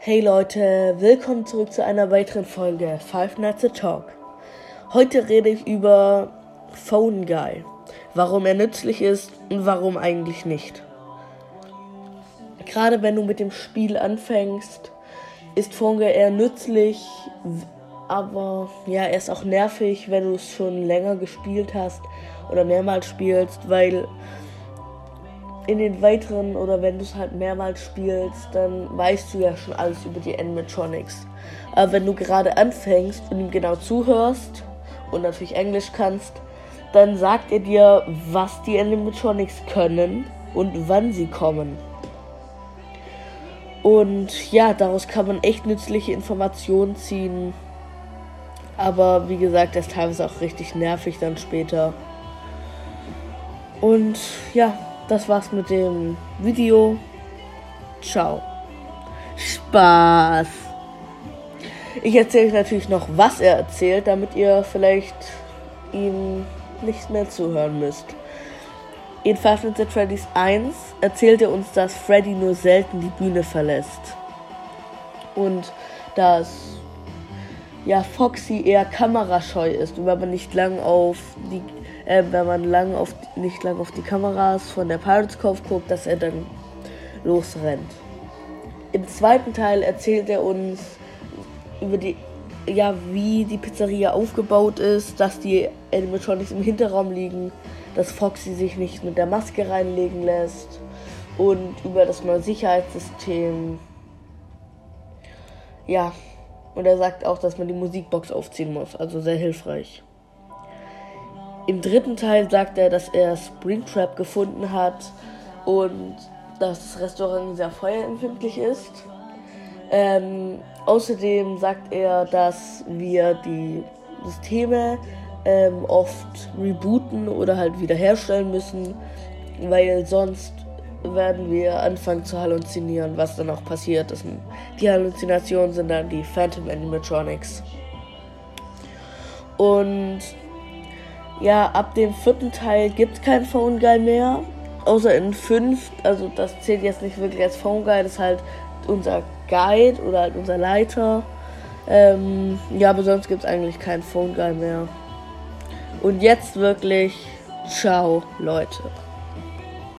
Hey Leute, willkommen zurück zu einer weiteren Folge Five Nights at Talk. Heute rede ich über Phone Guy, warum er nützlich ist und warum eigentlich nicht. Gerade wenn du mit dem Spiel anfängst, ist Phone Guy eher nützlich, aber ja, er ist auch nervig, wenn du es schon länger gespielt hast oder mehrmals spielst, weil in den weiteren oder wenn du es halt mehrmals spielst, dann weißt du ja schon alles über die Animatronics. Aber wenn du gerade anfängst und ihm genau zuhörst und natürlich Englisch kannst, dann sagt er dir, was die Animatronics können und wann sie kommen. Und ja, daraus kann man echt nützliche Informationen ziehen. Aber wie gesagt, er ist teilweise auch richtig nervig dann später. Und ja, das war's mit dem Video. Ciao. Spaß. Ich erzähle euch natürlich noch, was er erzählt, damit ihr vielleicht ihm nicht mehr zuhören müsst. In Five Nights at Freddy's 1 erzählt er uns, dass Freddy nur selten die Bühne verlässt. Und dass Foxy eher kamerascheu ist und wenn man nicht lang auf die Kameras von der Pirates Cove guckt, dass er dann losrennt. Im zweiten Teil erzählt er uns über wie die Pizzeria aufgebaut ist, dass die Animatronics im Hinterraum liegen, dass Foxy sich nicht mit der Maske reinlegen lässt und über das neue Sicherheitssystem. Ja, und er sagt auch, dass man die Musikbox aufziehen muss, also sehr hilfreich. Im dritten Teil sagt er, dass er Springtrap gefunden hat und dass das Restaurant sehr feuerempfindlich ist. Außerdem sagt er, dass wir die Systeme oft rebooten oder halt wiederherstellen müssen, weil sonst werden wir anfangen zu halluzinieren, was dann auch passiert. Die Halluzinationen sind dann die Phantom Animatronics. Und ja, ab dem 4. Teil gibt es kein Phone Guy mehr, außer in 5, also das zählt jetzt nicht wirklich als Phone Guy, das ist halt unser Guide oder halt unser Leiter. Aber sonst gibt es eigentlich keinen Phone Guy mehr. Und jetzt wirklich, ciao Leute.